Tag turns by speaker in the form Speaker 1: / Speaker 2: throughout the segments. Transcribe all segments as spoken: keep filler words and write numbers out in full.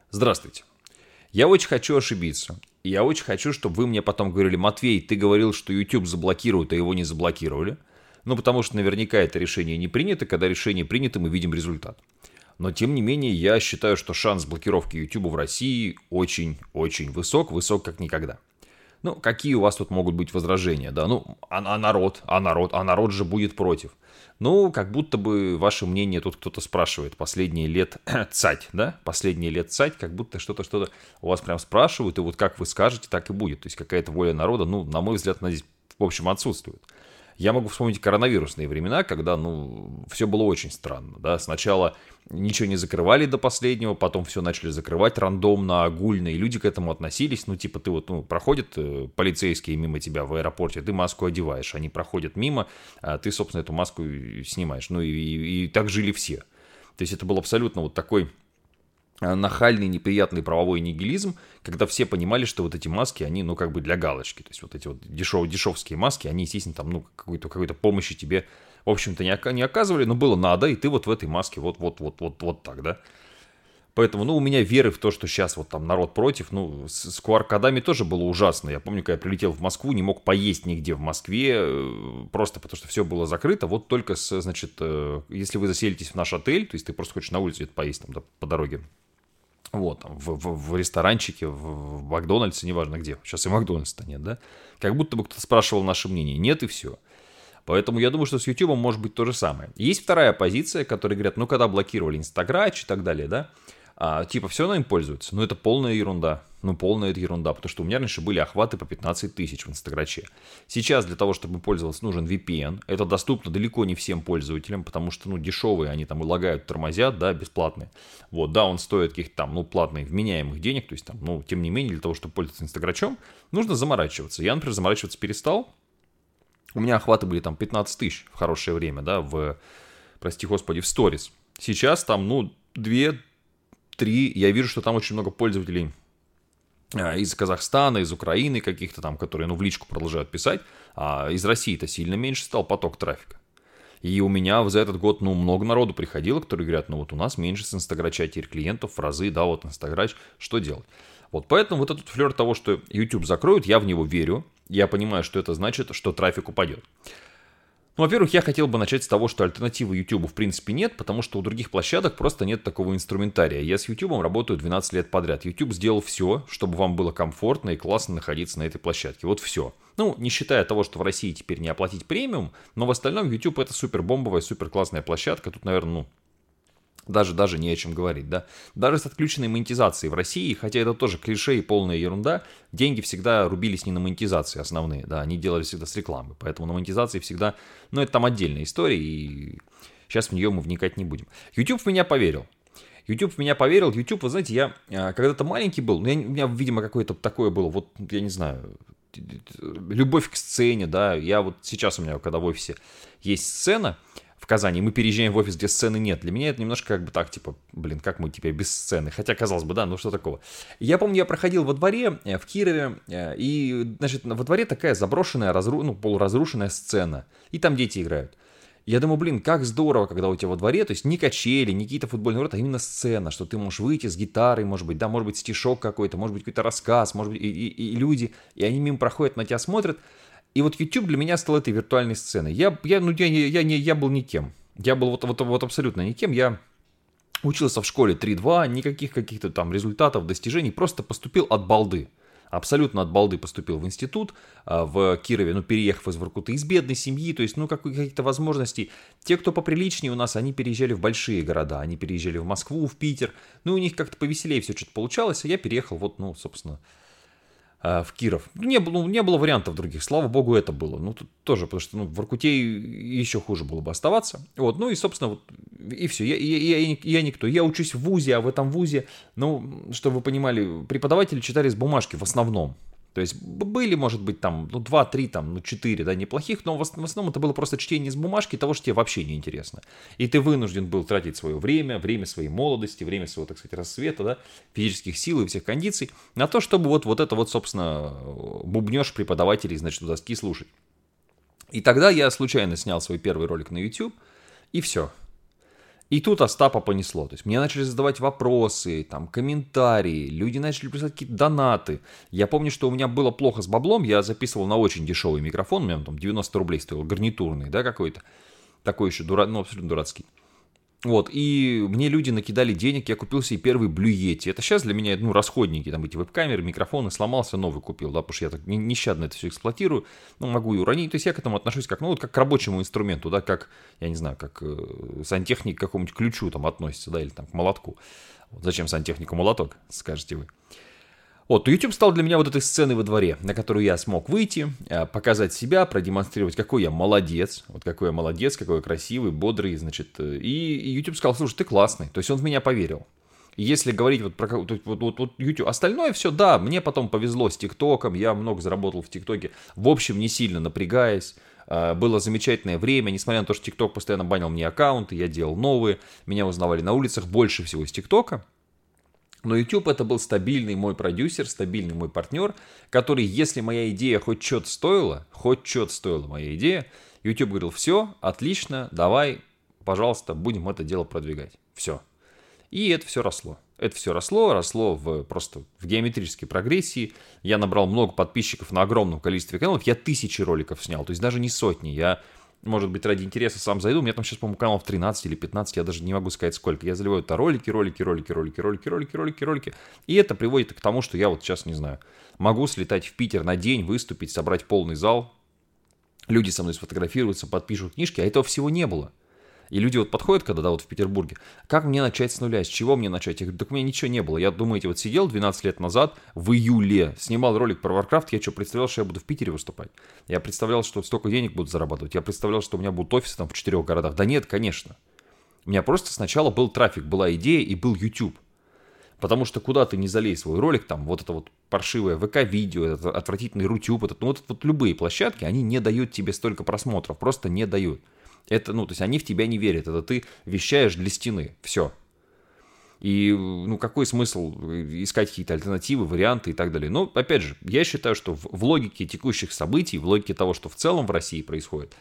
Speaker 1: Здравствуйте. Я очень хочу ошибиться. И я очень хочу, чтобы вы мне потом говорили: Матвей, ты говорил, что YouTube заблокируют, а его не заблокировали. Ну, потому что наверняка это решение не принято. Когда решение принято, мы видим результат. Но, тем не менее, я считаю, что шанс блокировки YouTube в России очень-очень высок. Высок как никогда. Ну, какие у вас тут могут быть возражения, да? Ну, а, а народ, а народ, а народ же будет против. Ну, как будто бы ваше мнение тут кто-то спрашивает. Последние лет цать, да? Последние лет цать, как будто что-то, что-то у вас прям спрашивают, и вот как вы скажете, так и будет. То есть какая-то воля народа, ну, на мой взгляд, она здесь, в общем, отсутствует. Я могу вспомнить коронавирусные времена, когда, ну, все было очень странно, да, сначала ничего не закрывали до последнего, потом все начали закрывать рандомно, огульно, и люди к этому относились, ну, типа, ты вот, ну, проходят э, полицейские мимо тебя в аэропорте, ты маску одеваешь, они проходят мимо, а ты, собственно, эту маску снимаешь, ну, и, и, и так жили все. То есть это был абсолютно вот такой нахальный, неприятный правовой нигилизм, когда все понимали, что вот эти маски, они, ну, как бы для галочки. То есть вот эти вот дешев, дешевские маски, они, естественно, там, ну, какой-то, какой-то помощи тебе, в общем-то, не, не оказывали, но было надо, и ты вот в этой маске вот-вот-вот-вот-вот так, да. Поэтому, ну, у меня веры в то, что сейчас вот там народ против, ну, с, с ку ар-кодами тоже было ужасно. Я помню, когда я прилетел в Москву, не мог поесть нигде в Москве, просто потому что все было закрыто. Вот только, с, значит, если вы заселитесь в наш отель, то есть ты просто хочешь на улице где-то поесть там, да, по дороге, вот, там, в, в, в ресторанчике, в, в Макдональдсе, неважно где. Сейчас и Макдональдса-то нет, да? Как будто бы кто-то спрашивал наше мнение. Нет, и все. Поэтому я думаю, что с YouTube может быть то же самое. Есть вторая позиция, которая говорят, ну, когда блокировали Инстаграч и так далее, да, а, типа, все равно им пользуются. Ну, это полная ерунда. Ну, полная это ерунда, потому что у меня раньше были охваты по пятнадцать тысяч в Инстаграче. Сейчас для того, чтобы пользоваться, нужен ви пи эн. Это доступно далеко не всем пользователям, потому что, ну, дешевые, они там и лагают, тормозят, да, бесплатные. Вот, да, он стоит каких-то там, ну, платных, вменяемых денег, то есть там, ну, тем не менее, для того, чтобы пользоваться Инстаграчом, нужно заморачиваться. Я, например, заморачиваться перестал. У меня охваты были там пятнадцать тысяч в хорошее время, да, в, прости господи, в сторис. Сейчас там, ну, две-три, я вижу, что там очень много пользователей из Казахстана, из Украины каких-то там, которые, ну, в личку продолжают писать, а из России-то сильно меньше стал поток трафика. И у меня за этот год, ну, много народу приходило, которые говорят, ну, вот у нас меньше с Инстаграча теперь клиентов, фразы, да, вот Инстаграч, что делать? Вот поэтому вот этот флер того, что YouTube закроют, я в него верю. Я понимаю, что это значит, что трафик упадет. Ну, во-первых, я хотел бы начать с того, что альтернативы YouTube в принципе нет, потому что у других площадок просто нет такого инструментария. Я с YouTube работаю двенадцать лет подряд. YouTube сделал все, чтобы вам было комфортно и классно находиться на этой площадке. Вот все. Ну, не считая того, что в России теперь не оплатить премиум, но в остальном YouTube это супер бомбовая, супер классная площадка. Тут, наверное, ну, Даже, даже не о чем говорить, да. Даже с отключенной монетизацией в России, хотя это тоже клише и полная ерунда, деньги всегда рубились не на монетизации основные, да, они делали всегда с рекламы, поэтому на монетизации всегда, ну, это там отдельная история, и сейчас в нее мы вникать не будем. YouTube в меня поверил. YouTube в меня поверил. YouTube, вы знаете, я когда-то маленький был, я, у меня, видимо, какое-то такое было, вот, я не знаю, любовь к сцене, да, я вот сейчас у меня, когда в офисе есть сцена, в Казани, мы переезжаем в офис, где сцены нет. Для меня это немножко как бы так, типа, блин, как мы теперь без сцены? Хотя, казалось бы, да, ну что такого? Я помню, я проходил во дворе в Кирове, и, значит, во дворе такая заброшенная, разру... ну, полуразрушенная сцена. И там дети играют. Я думаю, блин, как здорово, когда у тебя во дворе, то есть не качели, не какие-то футбольные ворота, а именно сцена, что ты можешь выйти с гитарой, может быть, да, может быть, стишок какой-то, может быть, какой-то рассказ, может быть, и, и, и люди, и они мимо проходят, на тебя смотрят. И вот YouTube для меня стал этой виртуальной сценой. Я, я, ну, я, я, я, я был никем. Я был вот, вот, вот абсолютно никем. Я учился в школе три-два, никаких каких-то там результатов, достижений. Просто поступил от балды. Абсолютно от балды поступил в институт в Кирове, ну, переехав из Воркуты, из бедной семьи, то есть, ну, каких-то возможностей. Те, кто поприличнее у нас, они переезжали в большие города, они переезжали в Москву, в Питер. Ну, у них как-то повеселее все что-то получалось, а я переехал вот, ну, собственно, в Киров. Ну, не, было, не было вариантов других, слава богу, это было. Ну, тут тоже, потому что ну, в Воркуте еще хуже было бы оставаться. Вот, ну и, собственно, вот, и все. Я, я, я, я никто. Я учусь в вузе, а в этом вузе, ну, чтобы вы понимали, преподаватели читали с бумажки в основном. То есть были, может быть, там, ну, два-три, там, ну, четыре, да, неплохих, но в основном это было просто чтение с бумажки того, что тебе вообще не интересно. И ты вынужден был тратить свое время, время своей молодости, время своего, так сказать, рассвета, да, физических сил и всех кондиций на то, чтобы вот, вот это вот, собственно, бубнёж преподавателей, значит, у доски слушать. И тогда я случайно снял свой первый ролик на YouTube, и все. И тут Остапа понесло. То есть мне начали задавать вопросы, там, комментарии, люди начали писать какие-то донаты. Я помню, что у меня было плохо с баблом, я записывал на очень дешевый микрофон, у меня он там девяносто рублей стоил, гарнитурный, да, какой-то. Такой еще, дура... ну, абсолютно дурацкий. Вот, и мне люди накидали денег, я купил себе первый Blue Yeti. Это сейчас для меня, ну, расходники, там эти веб-камеры, микрофоны, сломался, новый купил, да, потому что я так нещадно это все эксплуатирую, ну, могу и уронить. То есть я к этому отношусь как, ну, вот как к рабочему инструменту, да, как, я не знаю, как э, сантехник к какому-нибудь ключу там относится, да, или там к молотку. Вот зачем сантехнику молоток, скажете вы. Вот, YouTube стал для меня вот этой сценой во дворе, на которую я смог выйти, показать себя, продемонстрировать, какой я молодец, вот какой я молодец, какой я красивый, бодрый, значит, и, и YouTube сказал, слушай, ты классный, то есть он в меня поверил. И если говорить вот про вот, вот, вот YouTube, остальное все, да, мне потом повезло с ТикТоком, я много заработал в ТикТоке, в общем, не сильно напрягаясь, было замечательное время, несмотря на то, что ТикТок постоянно банил мне аккаунты, я делал новые, меня узнавали на улицах больше всего с ТикТока. Но YouTube это был стабильный мой продюсер, стабильный мой партнер, который, если моя идея хоть что-то стоила, хоть что-то стоила моя идея, YouTube говорил, все, отлично, давай, пожалуйста, будем это дело продвигать. Все. И это все росло. Это все росло, росло в, просто в геометрической прогрессии. Я набрал много подписчиков на огромном количестве каналов. Я тысячи роликов снял, то есть даже не сотни. Я... Может быть, ради интереса сам зайду. У меня там сейчас, по-моему, каналов тринадцать или пятнадцать. Я даже не могу сказать, сколько. Я заливаю это ролики, ролики, ролики, ролики, ролики, ролики, ролики, ролики. И это приводит к тому, что я вот сейчас, не знаю, могу слетать в Питер на день, выступить, собрать полный зал. Люди со мной сфотографируются, подпишут книжки. А этого всего не было. И люди вот подходят, когда, да, вот в Петербурге, как мне начать с нуля, с чего мне начать? Я говорю, так у меня ничего не было. Я, думаете, вот сидел двенадцать лет назад, в июле, снимал ролик про Warcraft, я что, представлял, что я буду в Питере выступать? Я представлял, что столько денег буду зарабатывать. Я представлял, что у меня будут офисы там в четырех городах. Да нет, конечно. У меня просто сначала был трафик, была идея и был YouTube. Потому что куда ты не залей свой ролик, там вот это вот паршивое ВК-видео, этот отвратительный Рутюб, этот, ну вот, вот любые площадки, они не дают тебе столько просмотров, просто не дают. Это, ну, то есть они в тебя не верят, это ты вещаешь для стены, все. И, ну, какой смысл искать какие-то альтернативы, варианты и так далее. Но, опять же, я считаю, что в, в логике текущих событий, в логике того, что в целом в России происходит,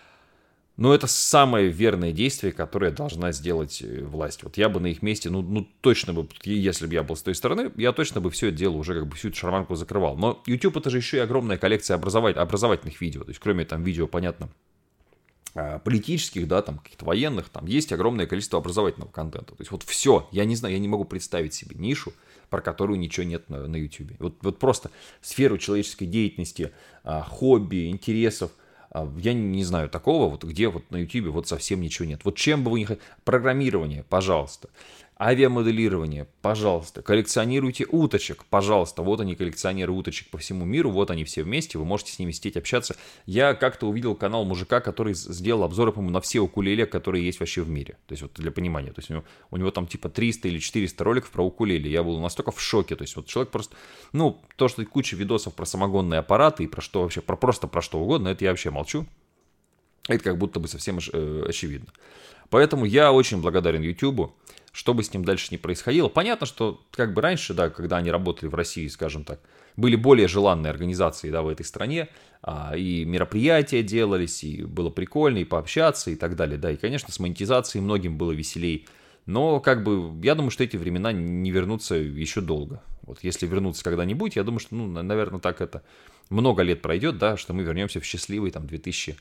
Speaker 1: ну, это самое верное действие, которое должна сделать власть. Вот я бы на их месте, ну, ну точно бы, если бы я был с той стороны, я точно бы все это дело уже как бы всю эту шарманку закрывал. Но YouTube это же еще и огромная коллекция образовать, образовательных видео. То есть, кроме там видео, понятно, политических, да, там, каких-то военных, там есть огромное количество образовательного контента. То есть вот все, я не знаю, я не могу представить себе нишу, про которую ничего нет на, на YouTube. Вот, вот просто сферу человеческой деятельности, хобби, интересов, я не знаю такого, вот где вот на YouTube вот совсем ничего нет. Вот чем бы вы ни хотели, программирование, пожалуйста. Авиамоделирование, пожалуйста. Коллекционируйте уточек, пожалуйста. Вот они, коллекционеры уточек по всему миру, вот они все вместе, вы можете с ними сидеть, общаться. Я как-то увидел канал мужика, который сделал обзоры, по-моему, на все укулеле, которые есть вообще в мире. То есть вот для понимания. То есть у него, у него там типа триста или четыреста роликов про укулеле. Я был настолько в шоке. То есть вот человек просто, ну, то, что куча видосов про самогонные аппараты и про что вообще, про просто про что угодно, это я вообще молчу. Это как будто бы совсем э, очевидно. Поэтому я очень благодарен YouTube, что бы с ним дальше ни происходило. Понятно, что как бы раньше, да, когда они работали в России, скажем так, были более желанные организации, да, в этой стране, а, и мероприятия делались, и было прикольно, и пообщаться, и так далее, да, и, конечно, с монетизацией многим было веселей. Но, как бы, я думаю, что эти времена не вернутся еще долго. Вот если вернуться когда-нибудь, я думаю, что, ну, наверное, так это много лет пройдет, да, что мы вернемся в счастливый, там, две тысячи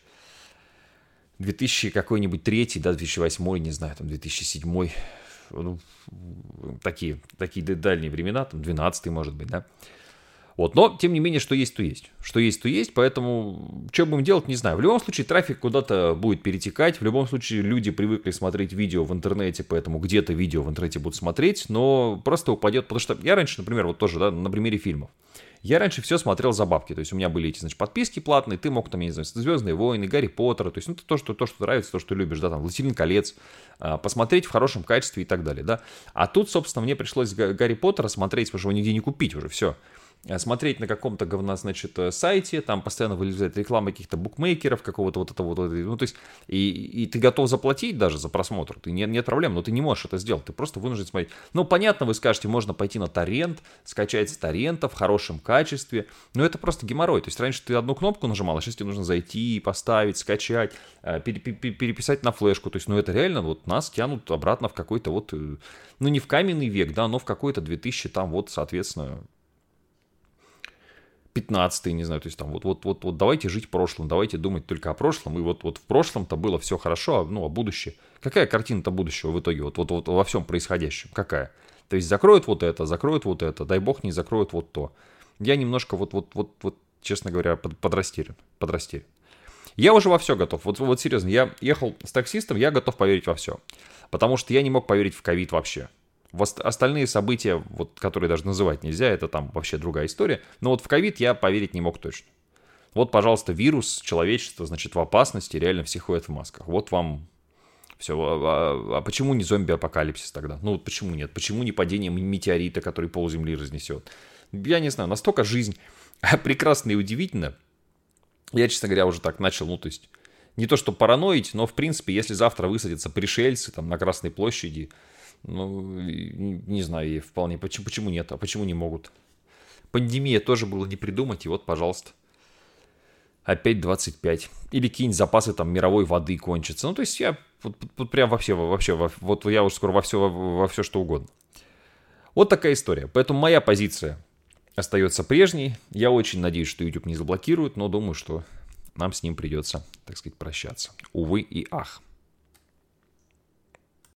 Speaker 1: две тысячи какой-нибудь третий, да, две тысячи восьмой, не знаю, там, две тысячи седьмой, ну, такие, такие дальние времена, там, двенадцатый, может быть, да. Вот, но, тем не менее, что есть, то есть. Что есть, то есть, поэтому, что будем делать, не знаю. В любом случае, трафик куда-то будет перетекать, в любом случае, люди привыкли смотреть видео в интернете, поэтому где-то видео в интернете будут смотреть, но просто упадет, потому что я раньше, например, вот тоже, да, на примере фильмов. Я раньше все смотрел за бабки, то есть у меня были эти, значит, подписки платные, ты мог там, я не знаю, «Звездные войны», «Гарри Поттера», то есть, ну, то, что, то, что нравится, то, что любишь, да, там, «Властелин колец», посмотреть в хорошем качестве и так далее, да. А тут, собственно, мне пришлось «Гарри Поттера» смотреть, потому что его нигде не купить уже, все. Смотреть на каком-то говна, значит, сайте, там постоянно вылезает реклама каких-то букмекеров, какого-то вот этого вот, ну, то есть, и, и ты готов заплатить даже за просмотр, ты, нет, нет проблем, но ты не можешь это сделать, ты просто вынужден смотреть. Ну, понятно, вы скажете, можно пойти на торрент, скачать с торрента в хорошем качестве, качестве. Но это просто геморрой. То есть раньше ты одну кнопку нажимал, а сейчас тебе нужно зайти, поставить, скачать, переписать на флешку. То есть, ну это реально вот нас тянут обратно в какой-то вот, ну не в каменный век, да, но в какой-то две тысячи там вот, соответственно, пятнадцатый, не знаю, то есть там вот, вот, вот, вот давайте жить прошлым, давайте думать только о прошлом, и вот, вот в прошлом-то было все хорошо, а, ну, а будущее, какая картина-то будущего в итоге, вот, вот, вот во всем происходящем, какая? То есть закроют вот это, закроют вот это, дай бог не закроют вот то. Я немножко вот, вот, вот, вот честно говоря, под, подрастерян, подрастерян. Я уже во все готов, вот, вот серьезно, я ехал с таксистом, я готов поверить во все, потому что я не мог поверить в ковид вообще. В остальные события, вот, которые даже называть нельзя, это там вообще другая история. Но вот в ковид я поверить не мог точно. Вот, пожалуйста, вирус, человечество, значит, в опасности, реально все ходят в масках. Вот вам все. А, а почему не зомби-апокалипсис тогда? Ну вот почему нет? Почему не падение метеорита, который полземли разнесет? Я не знаю, настолько жизнь прекрасна и удивительна. Я, честно говоря, уже так начал, ну то есть, не то что параноить, но в принципе, если завтра высадятся пришельцы там на Красной площади, ну, не знаю, вполне. Почему, почему нет? А почему не могут? Пандемия тоже было не придумать, и вот, пожалуйста, опять двадцать пять. Или какие-нибудь запасы там мировой воды кончатся. Ну, то есть я вот, вот прям вообще, вообще, вот я уже скоро во все, во все что угодно. Вот такая история. Поэтому моя позиция остается прежней. Я очень надеюсь, что YouTube не заблокирует, но думаю, что нам с ним придется, так сказать, прощаться. Увы и ах.